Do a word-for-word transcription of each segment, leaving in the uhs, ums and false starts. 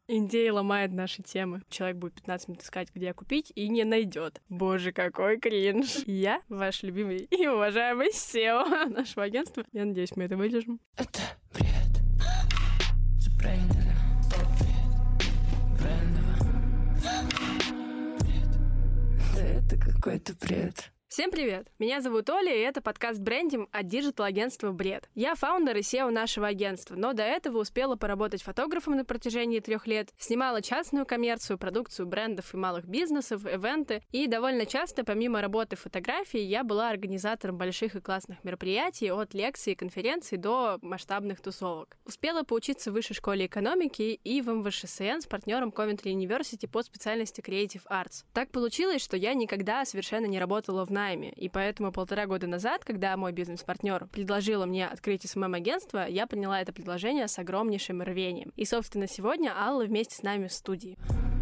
Индей ломает наши темы. Человек будет пятнадцать минут искать, где купить, и не найдет. Боже, какой кринж. Я, ваш любимый и уважаемый сео нашего агентства. Я надеюсь, мы это вырежем. Это бред. Забрендили. Да это какой-то бред. Всем привет! Меня зовут Оля, и это подкаст «Брендим» от диджитал-агентства «Бред». Я фаундер и сео нашего агентства, но до этого успела поработать фотографом на протяжении трех лет, снимала частную коммерцию, продукцию брендов и малых бизнесов, ивенты, и довольно часто, помимо работы фотографии, я была организатором больших и классных мероприятий, от лекций и конференций до масштабных тусовок. Успела поучиться в высшей школе экономики и в эм вэ ша эс эн с партнером Coventry University по специальности Creative Arts. Так получилось, что я никогда совершенно не работала в найме, и поэтому полтора года назад, когда мой бизнес-партнер предложила мне открыть эс эм эм-агентство, я приняла это предложение с огромнейшим рвением. И, собственно, сегодня Алла вместе с нами в студии.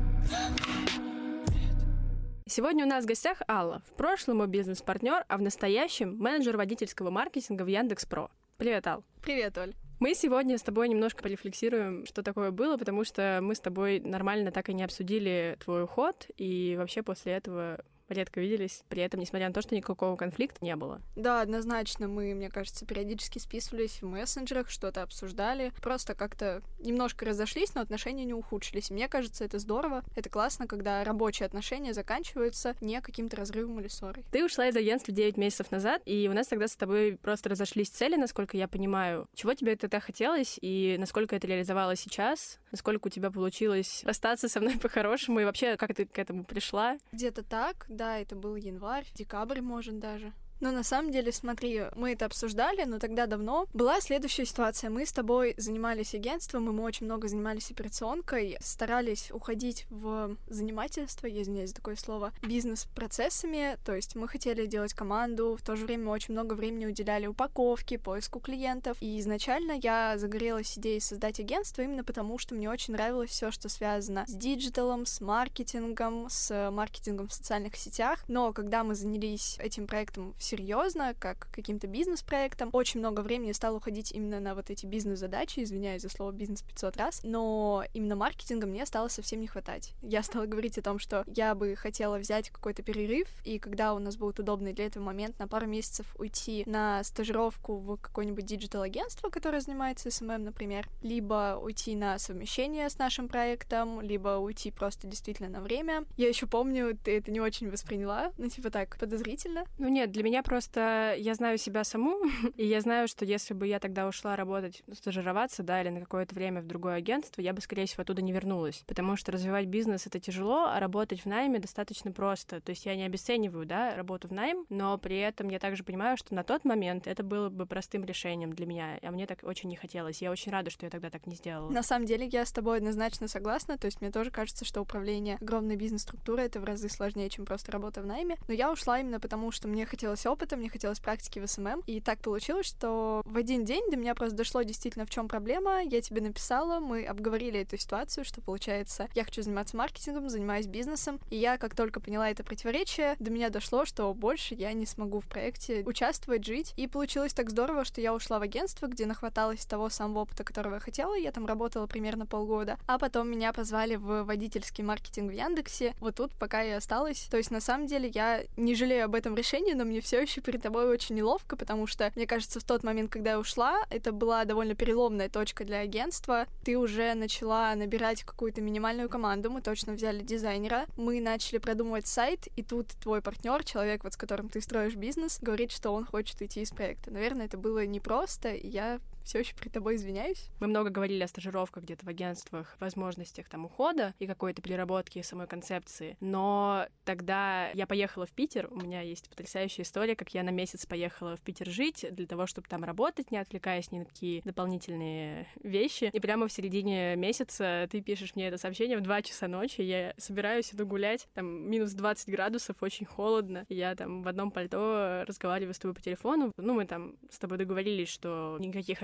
Сегодня у нас в гостях Алла. В прошлом мой бизнес-партнер, а в настоящем менеджер водительского маркетинга в Яндекс.Про. Привет, Ал. Привет, Оль. Мы сегодня с тобой немножко порефлексируем, что такое было, потому что мы с тобой нормально так и не обсудили твой уход, и вообще после этого редко виделись, при этом, несмотря на то, что никакого конфликта не было. Да, однозначно, мы, мне кажется, периодически списывались в мессенджерах, что-то обсуждали, просто как-то немножко разошлись, но отношения не ухудшились. Мне кажется, это здорово, это классно, когда рабочие отношения заканчиваются не каким-то разрывом или ссорой. Ты ушла из агентства девять месяцев назад, и у нас тогда с тобой просто разошлись цели, насколько я понимаю. Чего тебе это так хотелось, и насколько это реализовало сейчас? Насколько у тебя получилось расстаться со мной по-хорошему, и вообще, как ты к этому пришла? Где-то так, да, это был январь, декабрь, может, даже. Но на самом деле, смотри, мы это обсуждали, но тогда давно. Была следующая ситуация. Мы с тобой занимались агентством, и мы очень много занимались операционкой, старались уходить в занимательство, я извиняюсь за такое слово, бизнес-процессами, то есть мы хотели делать команду, в то же время мы очень много времени уделяли упаковке, поиску клиентов, и изначально я загорелась идеей создать агентство именно потому, что мне очень нравилось все, что связано с диджиталом, с маркетингом, с маркетингом в социальных сетях, но когда мы занялись этим проектом в серьезно, как каким-то бизнес-проектом. Очень много времени стало уходить именно на вот эти бизнес-задачи, извиняюсь за слово «бизнес» пятьсот раз, но именно маркетинга мне стало совсем не хватать. Я стала говорить о том, что я бы хотела взять какой-то перерыв, и когда у нас будет удобный для этого момент, на пару месяцев уйти на стажировку в какое-нибудь диджитал-агентство, которое занимается эс эм эм, например, либо уйти на совмещение с нашим проектом, либо уйти просто действительно на время. Я еще помню, ты это не очень восприняла, ну типа так, подозрительно. Ну нет, для меня просто я знаю себя саму, и я знаю, что если бы я тогда ушла работать, стажироваться, да, или на какое-то время в другое агентство, я бы, скорее всего, оттуда не вернулась. Потому что развивать бизнес — это тяжело, а работать в найме достаточно просто. То есть я не обесцениваю, да, работу в найм, но при этом я также понимаю, что на тот момент это было бы простым решением для меня, а мне так очень не хотелось. Я очень рада, что я тогда так не сделала. На самом деле я с тобой однозначно согласна, то есть мне тоже кажется, что управление огромной бизнес-структурой — это в разы сложнее, чем просто работа в найме, но я ушла именно потому, что мне хотелось опыта, мне хотелось практики в эс эм эм, и так получилось, что в один день до меня просто дошло действительно, в чем проблема. Я тебе написала, мы обговорили эту ситуацию, что получается, я хочу заниматься маркетингом, занимаюсь бизнесом, и я, как только поняла это противоречие, до меня дошло, что больше я не смогу в проекте участвовать, жить, и получилось так здорово, что я ушла в агентство, где нахваталась того самого опыта, которого я хотела, я там работала примерно полгода, а потом меня позвали в водительский маркетинг в Яндексе, вот тут пока я осталась. То есть на самом деле я не жалею об этом решении, но мне все еще перед тобой очень неловко, потому что, мне кажется, в тот момент, когда я ушла, это была довольно переломная точка для агентства. Ты уже начала набирать какую-то минимальную команду, мы точно взяли дизайнера, мы начали продумывать сайт, и тут твой партнер, человек, вот с которым ты строишь бизнес, говорит, что он хочет уйти из проекта. Наверное, это было непросто, и я все еще перед тобой извиняюсь. Мы много говорили о стажировках где-то в агентствах, возможностях там ухода и какой-то переработки самой концепции. Но тогда я поехала в Питер, у меня есть потрясающая история, как я на месяц поехала в Питер жить для того, чтобы там работать, не отвлекаясь ни на какие дополнительные вещи. И прямо в середине месяца ты пишешь мне это сообщение в два часа ночи, я собираюсь, иду гулять, там минус двадцать градусов, очень холодно, я там в одном пальто разговариваю с тобой по телефону. Ну, мы там с тобой договорились, что никаких обид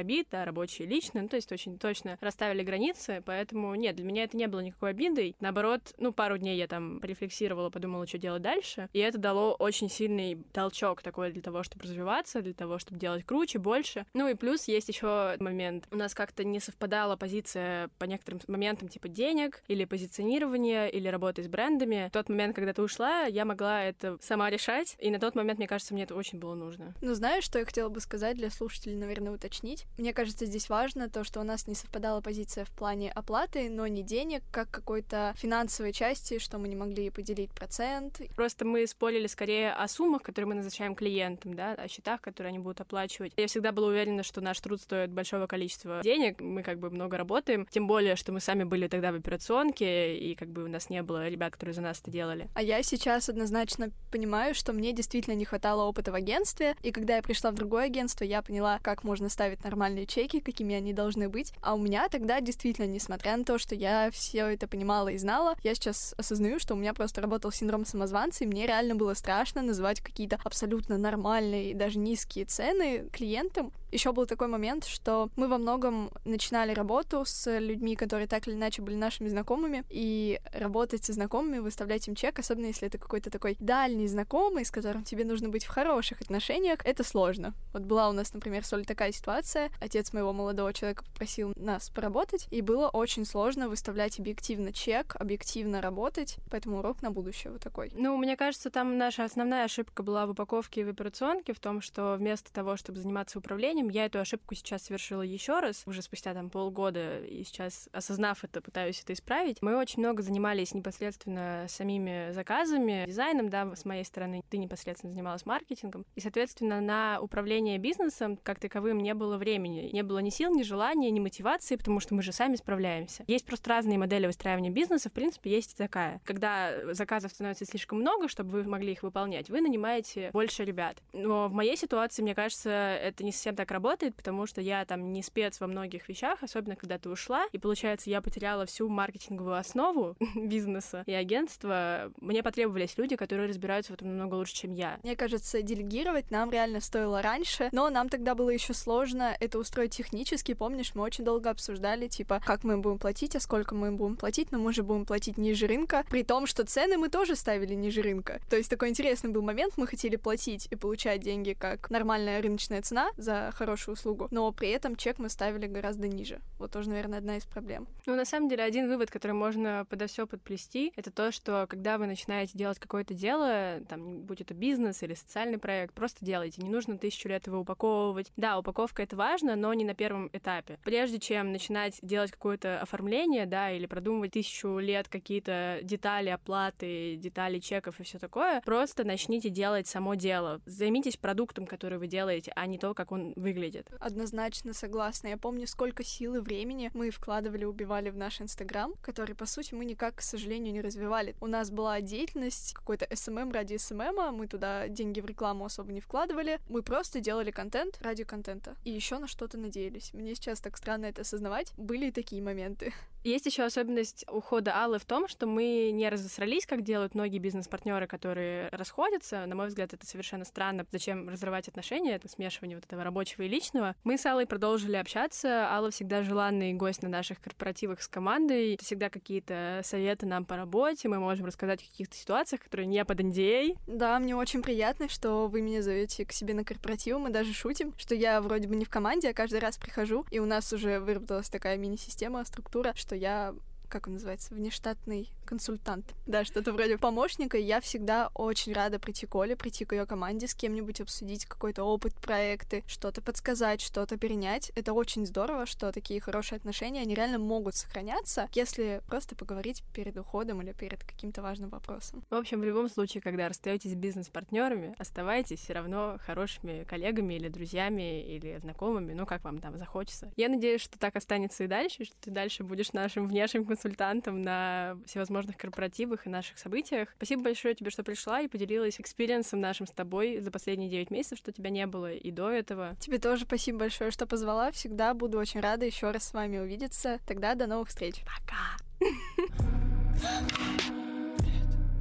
обид, да, рабочие и личные, ну, то есть очень точно расставили границы, поэтому нет, для меня это не было никакой обидой. Наоборот, ну, пару дней я там порефлексировала, подумала, что делать дальше, и это дало очень сильный толчок такой для того, чтобы развиваться, для того, чтобы делать круче, больше. Ну и плюс есть еще момент. У нас как-то не совпадала позиция по некоторым моментам, типа денег, или позиционирования, или работы с брендами. В тот момент, когда ты ушла, я могла это сама решать, и на тот момент, мне кажется, мне это очень было нужно. Ну, знаешь, что я хотела бы сказать для слушателей, наверное, уточнить? Мне кажется, здесь важно то, что у нас не совпадала позиция в плане оплаты, но не денег, как какой-то финансовой части, что мы не могли поделить процент. Просто мы спорили скорее о суммах, которые мы назначаем клиентам, да, о счетах, которые они будут оплачивать. Я всегда была уверена, что наш труд стоит большого количества денег, мы как бы много работаем, тем более, что мы сами были тогда в операционке, и как бы у нас не было ребят, которые за нас это делали. А я сейчас однозначно понимаю, что мне действительно не хватало опыта в агентстве, и когда я пришла в другое агентство, я поняла, как можно ставить нормальные чеки, какими они должны быть. А у меня тогда действительно, несмотря на то, что я все это понимала и знала, я сейчас осознаю, что у меня просто работал синдром самозванца, и мне реально было страшно называть какие-то абсолютно нормальные и даже низкие цены клиентам. Еще был такой момент, что мы во многом начинали работу с людьми, которые так или иначе были нашими знакомыми, и работать со знакомыми, выставлять им чек, особенно если это какой-то такой дальний знакомый, с которым тебе нужно быть в хороших отношениях, это сложно. Вот была у нас, например, с Олей такая ситуация. Отец моего молодого человека попросил нас поработать, и было очень сложно выставлять объективно чек, объективно работать, поэтому урок на будущее вот такой. Ну, мне кажется, там наша основная ошибка была в упаковке и в операционке, в том, что вместо того, чтобы заниматься управлением, я эту ошибку сейчас совершила еще раз, уже спустя там полгода, и сейчас, осознав это, пытаюсь это исправить. Мы очень много занимались непосредственно самими заказами, дизайном, да, с моей стороны. Ты непосредственно занималась маркетингом. И, соответственно, на управление бизнесом как таковым не было времени. Не было ни сил, ни желания, ни мотивации, потому что мы же сами справляемся. Есть просто разные модели выстраивания бизнеса. В принципе, есть и такая. Когда заказов становится слишком много, чтобы вы могли их выполнять, вы нанимаете больше ребят. Но в моей ситуации, мне кажется, это не совсем так работает, потому что я там не спец во многих вещах, особенно когда ты ушла, и получается, я потеряла всю маркетинговую основу бизнеса и агентства. Мне потребовались люди, которые разбираются в этом намного лучше, чем я. Мне кажется, делегировать нам реально стоило раньше, но нам тогда было еще сложно это устроить технически. Помнишь, мы очень долго обсуждали, типа, как мы будем платить, а сколько мы будем платить, но мы же будем платить ниже рынка, при том, что цены мы тоже ставили ниже рынка. То есть такой интересный был момент, мы хотели платить и получать деньги как нормальная рыночная цена за хорошую услугу, но при этом чек мы ставили гораздо ниже. Вот тоже, наверное, одна из проблем. Ну, на самом деле, один вывод, который можно подо все подплести, это то, что когда вы начинаете делать какое-то дело, там, будь это бизнес или социальный проект, просто делайте. Не нужно тысячу лет его упаковывать. Да, упаковка — это важно, но не на первом этапе. Прежде чем начинать делать какое-то оформление, да, или продумывать тысячу лет какие-то детали оплаты, детали чеков и все такое, просто начните делать само дело. Займитесь продуктом, который вы делаете, а не то, как он выглядит. Однозначно согласна. Я помню, сколько сил и времени мы вкладывали, убивали в наш Инстаграм, который, по сути, мы никак, к сожалению, не развивали. У нас была деятельность, какой-то эс эм эм ради эс эм эм, мы туда деньги в рекламу особо не вкладывали. Мы просто делали контент ради контента. И еще на что-то надеялись. Мне сейчас так странно это осознавать. Были и такие моменты. Есть еще особенность ухода Аллы в том, что мы не разосрались, как делают многие бизнес-партнеры, которые расходятся. На мой взгляд, это совершенно странно. Зачем разрывать отношения? Это смешивание вот этого рабочего и личного. Мы с Аллой продолжили общаться. Алла всегда желанный гость на наших корпоративах с командой. Всегда какие-то советы нам по работе. Мы можем рассказать о каких-то ситуациях, которые не под эн ди эй. Да, мне очень приятно, что вы меня зовете к себе на корпоративы. Мы даже шутим, что я вроде бы не в команде, а каждый раз прихожу, и у нас уже выработалась такая мини-система, структура, что я, как он называется, внештатный консультант. Да, что-то вроде помощника. И я всегда очень рада прийти к Оле, прийти к ее команде, с кем-нибудь обсудить какой-то опыт, проекты, что-то подсказать, что-то перенять. Это очень здорово, что такие хорошие отношения, они реально могут сохраняться, если просто поговорить перед уходом или перед каким-то важным вопросом. В общем, в любом случае, когда расстаетесь с бизнес-партнерами, оставайтесь все равно хорошими коллегами или друзьями или знакомыми, ну, как вам там захочется. Я надеюсь, что так останется и дальше, что ты дальше будешь нашим внешним консультантом на всевозможных корпоративах и наших событиях. Спасибо большое тебе, что пришла и поделилась экспириенсом нашим с тобой за последние девять месяцев, что тебя не было и до этого. Тебе тоже спасибо большое, что позвала. Всегда буду очень рада еще раз с вами увидеться. Тогда до новых встреч. Пока!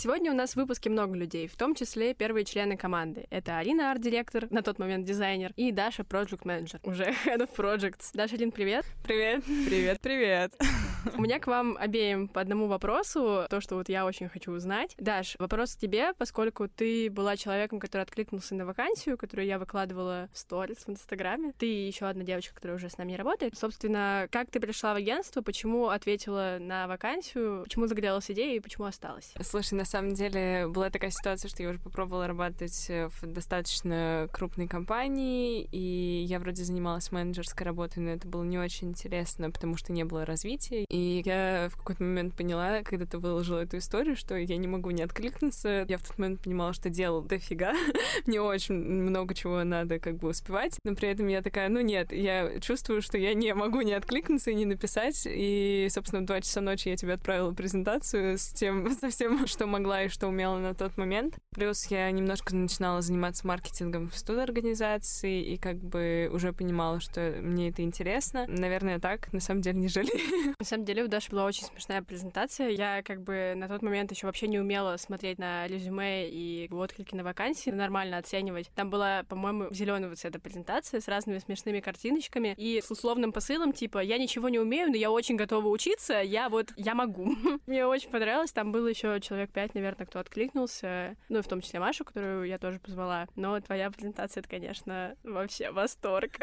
Сегодня у нас в выпуске много людей, в том числе первые члены команды. Это Алина, арт-директор, на тот момент дизайнер, и Даша, проект-менеджер, уже head of projects. Даша, Алин, привет. Привет. Привет, привет. У меня к вам обеим по одному вопросу, то, что вот я очень хочу узнать. Даш, вопрос к тебе, поскольку ты была человеком, который откликнулся на вакансию, которую я выкладывала в сторис в Инстаграме. Ты и еще одна девочка, которая уже с нами работает. Собственно, как ты пришла в агентство, почему ответила на вакансию, почему загорелась идеей и почему осталась? Слушай, на самом деле была такая ситуация, что я уже попробовала работать в достаточно крупной компании, и я вроде занималась менеджерской работой, но это было не очень интересно, потому что не было развития. И я в какой-то момент поняла, когда ты выложила эту историю, что я не могу не откликнуться. Я в тот момент понимала, что делал дофига. Мне очень много чего надо как бы успевать. Но при этом я такая, ну нет, я чувствую, что я не могу не откликнуться и не написать. И, собственно, в два часа ночи я тебе отправила презентацию с тем, со всем, что могла и что умела на тот момент. Плюс я немножко начинала заниматься маркетингом в студорганизации и как бы уже понимала, что мне это интересно. Наверное, так. На самом деле не жалею. На самом деле у Даши была очень смешная презентация. Я как бы на тот момент еще вообще не умела смотреть на резюме и отклики на вакансии, нормально оценивать. Там была, по-моему, зеленого цвета презентация с разными смешными картиночками и с условным посылом, типа, я ничего не умею, но я очень готова учиться, я вот, я могу. Мне очень понравилось. Там было еще человек пять, наверное, кто откликнулся, ну и в том числе Машу, которую я тоже позвала. Но твоя презентация, это, конечно, вообще восторг.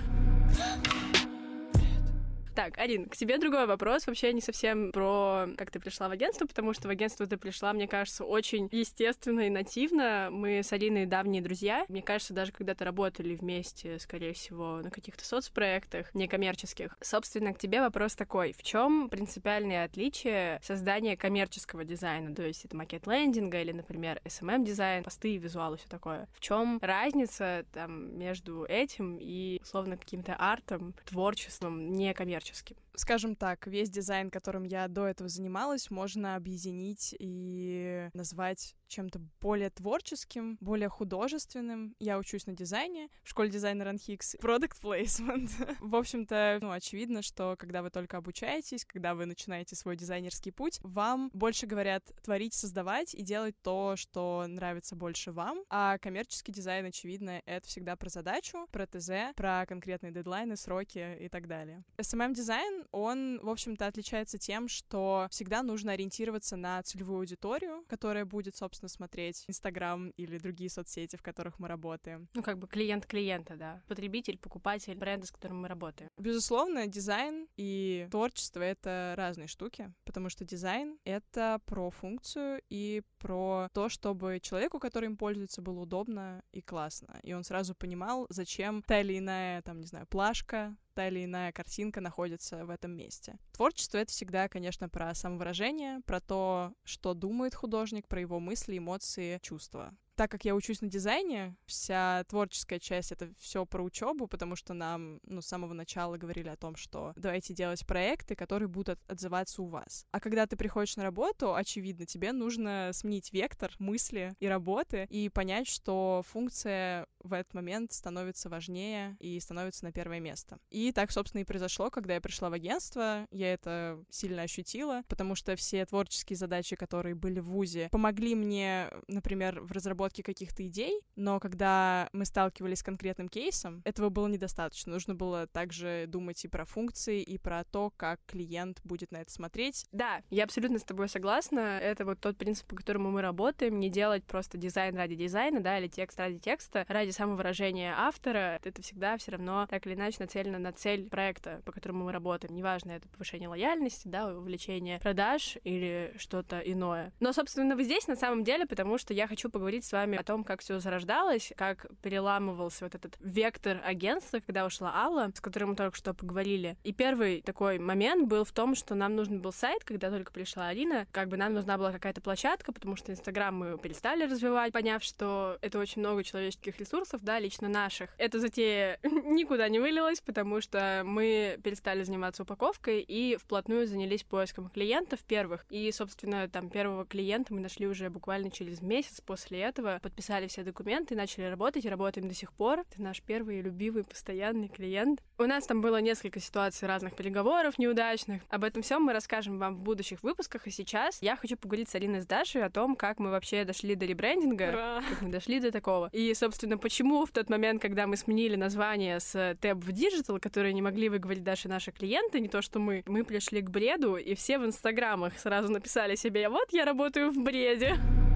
Так, Арин, к тебе другой вопрос. Вообще не совсем про как ты пришла в агентство, потому что в агентство ты пришла, мне кажется, очень естественно и нативно. Мы с Алиной давние друзья. Мне кажется, даже когда-то работали вместе, скорее всего, на каких-то соцпроектах некоммерческих. Собственно, к тебе вопрос такой. В чем принципиальное отличие создания коммерческого дизайна? То есть это макет лендинга или, например, эс эм эм-дизайн, посты, визуалы, все такое. В чем разница там между этим и, условно, каким-то артом, творчеством некоммерческим? Скажем так, весь дизайн, которым я до этого занималась, можно объединить и назвать чем-то более творческим, более художественным. Я учусь на дизайне в школе дизайна РАНХИКС. Product placement. В общем-то, ну, очевидно, что когда вы только обучаетесь, когда вы начинаете свой дизайнерский путь, вам больше говорят творить, создавать и делать то, что нравится больше вам. А коммерческий дизайн, очевидно, это всегда про задачу, про ТЗ, про конкретные дедлайны, сроки и так далее. эс эм эм-дизайн, он, в общем-то, отличается тем, что всегда нужно ориентироваться на целевую аудиторию, которая будет, собственно, смотреть Инстаграм или другие соцсети, в которых мы работаем. Ну, как бы клиент клиента, да. Потребитель, покупатель бренда, с которым мы работаем. Безусловно, дизайн и творчество — это разные штуки, потому что дизайн — это про функцию и про то, чтобы человеку, который им пользуется, было удобно и классно. И он сразу понимал, зачем та или иная, там, не знаю, плашка, та или иная картинка находится в этом месте. Творчество — это всегда, конечно, про самовыражение, про то, что думает художник, про его мысли, эмоции, чувства. Так как я учусь на дизайне, вся творческая часть — это все про учебу, потому что нам, ну, с самого начала говорили о том, что давайте делать проекты, которые будут отзываться у вас. А когда ты приходишь на работу, очевидно, тебе нужно сменить вектор мысли и работы и понять, что функция в этот момент становится важнее и становится на первое место. И так, собственно, и произошло, когда я пришла в агентство. Я это сильно ощутила, потому что все творческие задачи, которые были в вузе, помогли мне, например, в разработке каких-то идей, но когда мы сталкивались с конкретным кейсом, этого было недостаточно. Нужно было также думать и про функции, и про то, как клиент будет на это смотреть. Да, я абсолютно с тобой согласна. Это вот тот принцип, по которому мы работаем. Не делать просто дизайн ради дизайна, да, или текст ради текста, ради самовыражения автора. Это всегда все равно так или иначе нацелено на цель проекта, по которому мы работаем. Неважно, это повышение лояльности, да, увеличение продаж или что-то иное. Но, собственно, вы здесь на самом деле, потому что я хочу поговорить с вами о том, как все зарождалось, как переламывался вот этот вектор агентства, когда ушла Алла, с которой мы только что поговорили. И первый такой момент был в том, что нам нужен был сайт, когда только пришла Алина. Как бы нам нужна была какая-то площадка, потому что Инстаграм мы перестали развивать, поняв, что это очень много человеческих ресурсов, да, лично наших. Эта затея никуда не вылилась, потому что мы перестали заниматься упаковкой и вплотную занялись поиском клиентов первых. И, собственно, там первого клиента мы нашли уже буквально через месяц после этого. этого подписали все документы, начали работать, и работаем до сих пор. Это наш первый любимый постоянный клиент. У нас там было несколько ситуаций разных переговоров неудачных. Об этом всем мы расскажем вам в будущих выпусках, и сейчас я хочу поговорить с Алиной и с Дашей о том, как мы вообще дошли до ребрендинга, Ура! как мы дошли до такого. И, собственно, почему в тот момент, когда мы сменили название с Tab в Digital, которые не могли выговорить даже наши клиенты, не то что мы, мы пришли к бреду, и все в инстаграмах сразу написали себе: вот я работаю в бреде.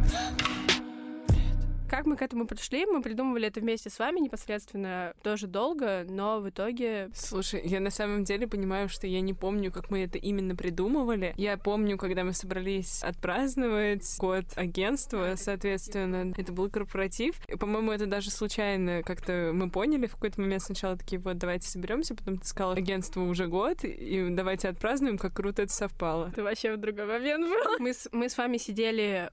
Как мы к этому пришли? Мы придумывали это вместе с вами непосредственно тоже долго, но в итоге... Слушай, я на самом деле понимаю, что я не помню, как мы это именно придумывали. Я помню, когда мы собрались отпраздновать год агентства, соответственно, это был корпоратив. И, по-моему, это даже случайно как-то мы поняли в какой-то момент. Сначала такие: вот, давайте соберемся, потом ты сказала: агентство уже год, и давайте отпразднуем, как круто это совпало. Это вообще в другой момент был. Мы с, мы с вами сидели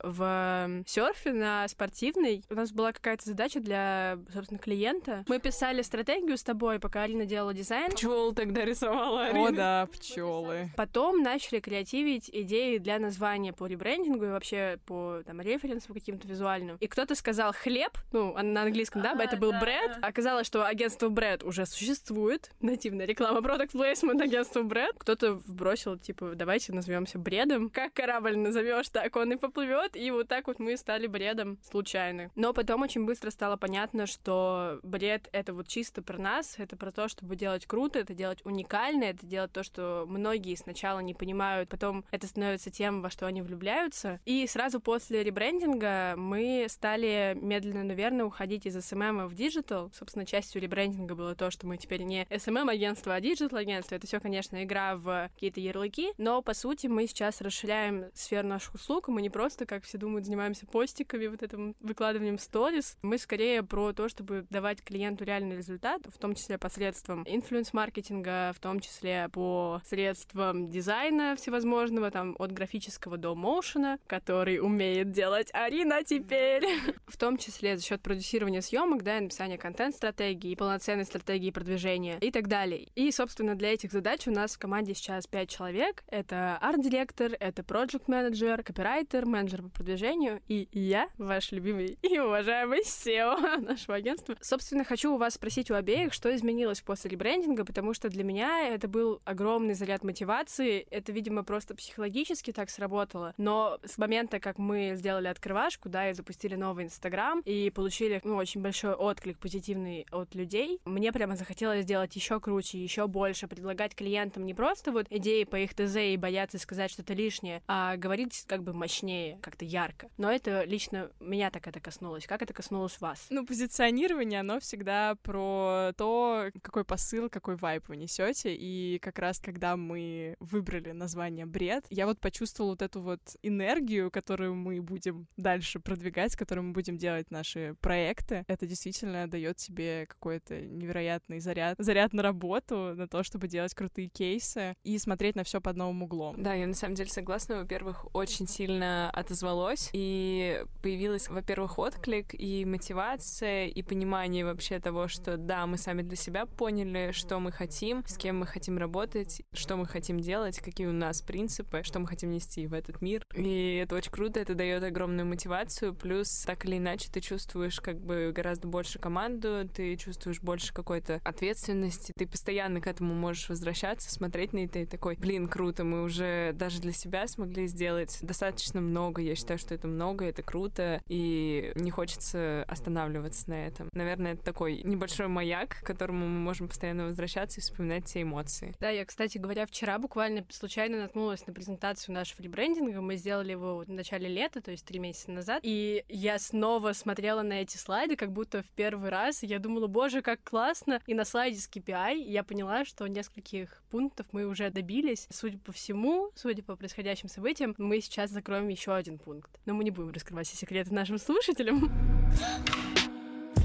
в серфе на Спортивной. У нас была какая-то задача для, собственно, клиента. Мы писали стратегию с тобой, пока Алина делала дизайн. Пчел тогда рисовала Арина. О, да, пчелы. Потом начали креативить идеи для названия по ребрендингу и вообще по там референсам каким-то визуальным. И кто-то сказал хлеб, ну, на английском, да, это был бренд. Оказалось, что агентство бренд уже существует. Нативная реклама, product placement агентства бренд. Кто-то вбросил, типа: давайте назовемся бредом. Как корабль назовешь, так он и поплывет. И вот так вот мы стали бредом случайно. Но потом очень быстро стало понятно, что бред — это вот чисто про нас, это про то, чтобы делать круто, это делать уникально, это делать то, что многие сначала не понимают, потом это становится тем, во что они влюбляются. И сразу после ребрендинга мы стали медленно, но верно уходить из эс эм эм в диджитал. Собственно, частью ребрендинга было то, что мы теперь не эс эм эм-агентство, а диджитал-агентство. Это все, конечно, игра в какие-то ярлыки, но, по сути, мы сейчас расширяем сферу наших услуг, и мы не просто, как все думают, занимаемся постиками, вот этим выкладыванием сторис. Мы скорее про то, чтобы давать клиенту реальный результат, в том числе посредством инфлюенс-маркетинга, в том числе по средствам дизайна всевозможного, там, от графического до моушена, который умеет делать Арина теперь. В том числе за счет продюсирования съемок, да, и написания контент-стратегии, полноценной стратегии продвижения и так далее. И, собственно, для этих задач у нас в команде сейчас пять человек. Это арт-директор, это проект-менеджер, копирайтер, менеджер по продвижению и я, ваш любимый и уважаемый сео нашего агентства. Собственно, хочу у вас спросить у обеих, что изменилось после ребрендинга, потому что для меня это был огромный заряд мотивации. Это, видимо, просто психологически так сработало. Но с момента, как мы сделали открывашку, да, и запустили новый Инстаграм, и получили, ну, очень большой отклик позитивный от людей, мне прямо захотелось сделать еще круче, еще больше, предлагать клиентам не просто вот идеи по их ТЗ и бояться сказать что-то лишнее, а говорить как бы мощнее, как-то ярко. Но это лично меня так это коснулось. Как это коснулось вас? Ну, позиционирование, оно всегда про то, какой посыл, какой вайб вы несете. И как раз, когда мы выбрали название «Бред», я вот почувствовала вот эту вот энергию, которую мы будем дальше продвигать, с которой мы будем делать наши проекты. Это действительно дает тебе какой-то невероятный заряд, заряд на работу, на то, чтобы делать крутые кейсы и смотреть на все под новым углом. Да, я на самом деле согласна. Во-первых, очень сильно отозвалось, и появилась, во-первых, отклик и мотивация, и понимание вообще того, что да, мы сами для себя поняли, что мы хотим, с кем мы хотим работать, что мы хотим делать, какие у нас принципы, что мы хотим нести в этот мир. И это очень круто, это дает огромную мотивацию, плюс так или иначе ты чувствуешь как бы гораздо больше команду, ты чувствуешь больше какой-то ответственности, ты постоянно к этому можешь возвращаться, смотреть на это и такой: блин, круто, мы уже даже для себя смогли сделать достаточно много, я считаю, что это много, это круто, и не хочется останавливаться на этом. Наверное, это такой небольшой маяк, к которому мы можем постоянно возвращаться и вспоминать те эмоции. Да, я, кстати говоря, вчера буквально случайно наткнулась на презентацию нашего ребрендинга. Мы сделали его в начале лета, то есть три месяца назад. И я снова смотрела на эти слайды, как будто в первый раз. Я думала: боже, как классно. И на слайде с кей пи ай я поняла, что нескольких пунктов мы уже добились. Судя по всему, судя по происходящим событиям, мы сейчас закроем еще один пункт. Но мы не будем раскрывать все секреты нашим слушателям.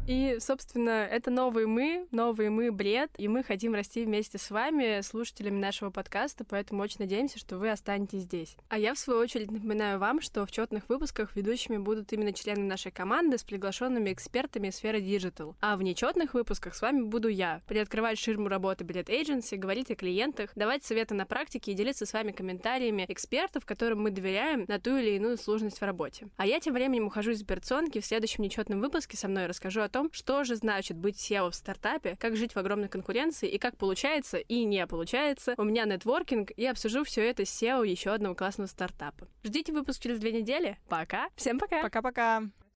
И, собственно, это новые мы, новые мы, бред, и мы хотим расти вместе с вами, слушателями нашего подкаста, поэтому очень надеемся, что вы останетесь здесь. А я, в свою очередь, напоминаю вам, что в четных выпусках ведущими будут именно члены нашей команды с приглашенными экспертами из сферы диджитал. А в нечетных выпусках с вами буду я, приоткрывать ширму работы Билет Эйдженси, говорить о клиентах, давать советы на практике и делиться с вами комментариями экспертов, которым мы доверяем на ту или иную сложность в работе. А я тем временем ухожу из операционки, в следующем нечетном выпуске со мной расскажу о том, что же значит быть сео в стартапе, как жить в огромной конкуренции и как получается и не получается у меня нетворкинг, и обсужу все это с сео еще одного классного стартапа. Ждите выпуск через две недели. Пока. Всем пока. Пока-пока.